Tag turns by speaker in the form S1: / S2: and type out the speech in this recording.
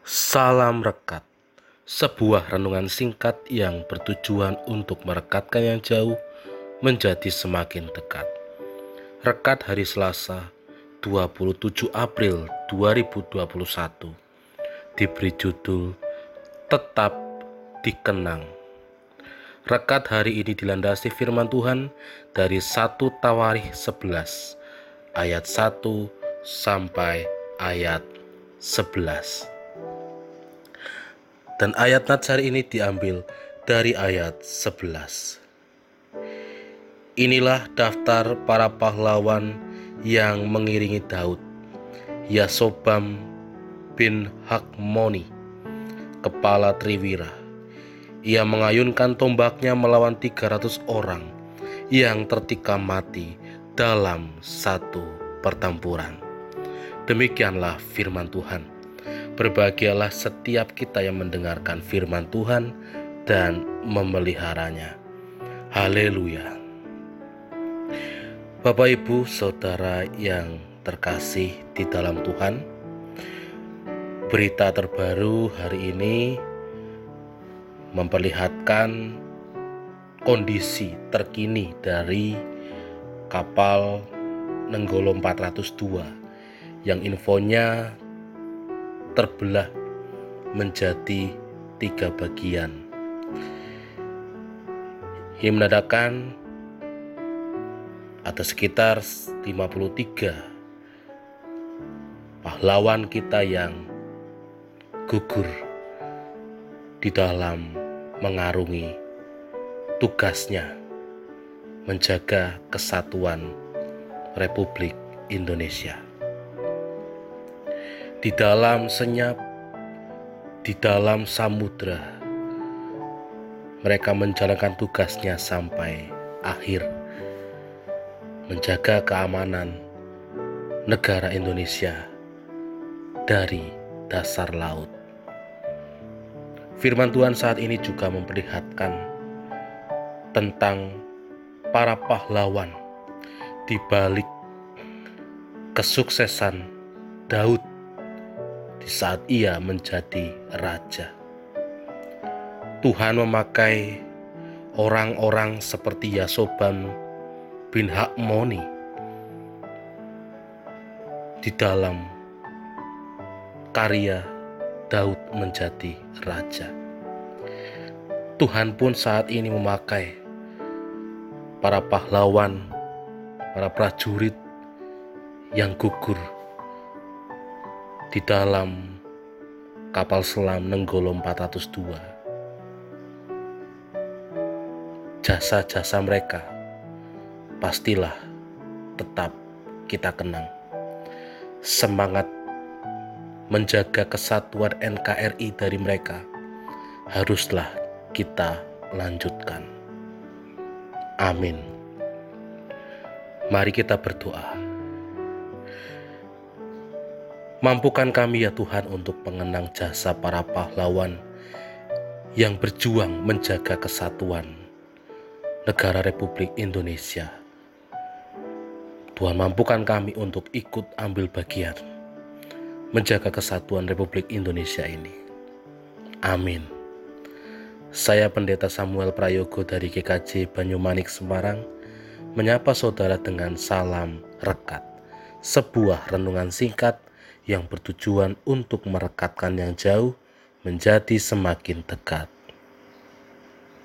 S1: Salam Rekat, sebuah renungan singkat yang bertujuan untuk merekatkan yang jauh menjadi semakin dekat. Rekat hari Selasa, 27 April 2021, diberi judul Tetap Dikenang. Rekat hari ini dilandasi firman Tuhan dari 1 Tawarikh 11 ayat 1 sampai ayat 11. Dan ayat nats hari ini diambil dari ayat 11. Inilah daftar para pahlawan yang mengiringi Daud: Yasobam bin Hakmoni, kepala Triwira. Ia mengayunkan tombaknya melawan 300 orang yang tertikam mati dalam satu pertempuran. Demikianlah firman Tuhan. Berbahagialah setiap kita yang mendengarkan firman Tuhan dan memeliharanya. Haleluya. Bapak, Ibu, Saudara yang terkasih di dalam Tuhan, berita terbaru hari ini memperlihatkan kondisi terkini dari kapal Nenggolo 402 yang infonya terbelah menjadi 3 bagian. Ini menandakan ada sekitar 53 pahlawan kita yang gugur di dalam mengarungi tugasnya menjaga kesatuan Republik Indonesia. Di dalam senyap, di dalam samudra, mereka menjalankan tugasnya sampai akhir, menjaga keamanan negara Indonesia dari dasar laut. Firman Tuhan saat ini juga memperlihatkan tentang para pahlawan di balik kesuksesan Daud di saat ia menjadi raja. Tuhan memakai orang-orang seperti Yasobam bin Hakmoni di dalam karya Daud menjadi raja. Tuhan pun saat ini memakai para pahlawan, para prajurit yang gugur di dalam kapal selam Nenggolo 402. Jasa-jasa mereka pastilah tetap kita kenang. Semangat menjaga kesatuan NKRI dari mereka haruslah kita lanjutkan. Amin. Mari kita berdoa. Mampukan kami ya Tuhan untuk mengenang jasa para pahlawan yang berjuang menjaga kesatuan negara Republik Indonesia. Tuhan, mampukan kami untuk ikut ambil bagian menjaga kesatuan Republik Indonesia ini. Amin. Saya Pendeta Samuel Prayogo dari GKJ Banyumanik, Semarang, menyapa saudara dengan salam rekat, sebuah renungan singkat yang bertujuan untuk merekatkan yang jauh menjadi semakin dekat.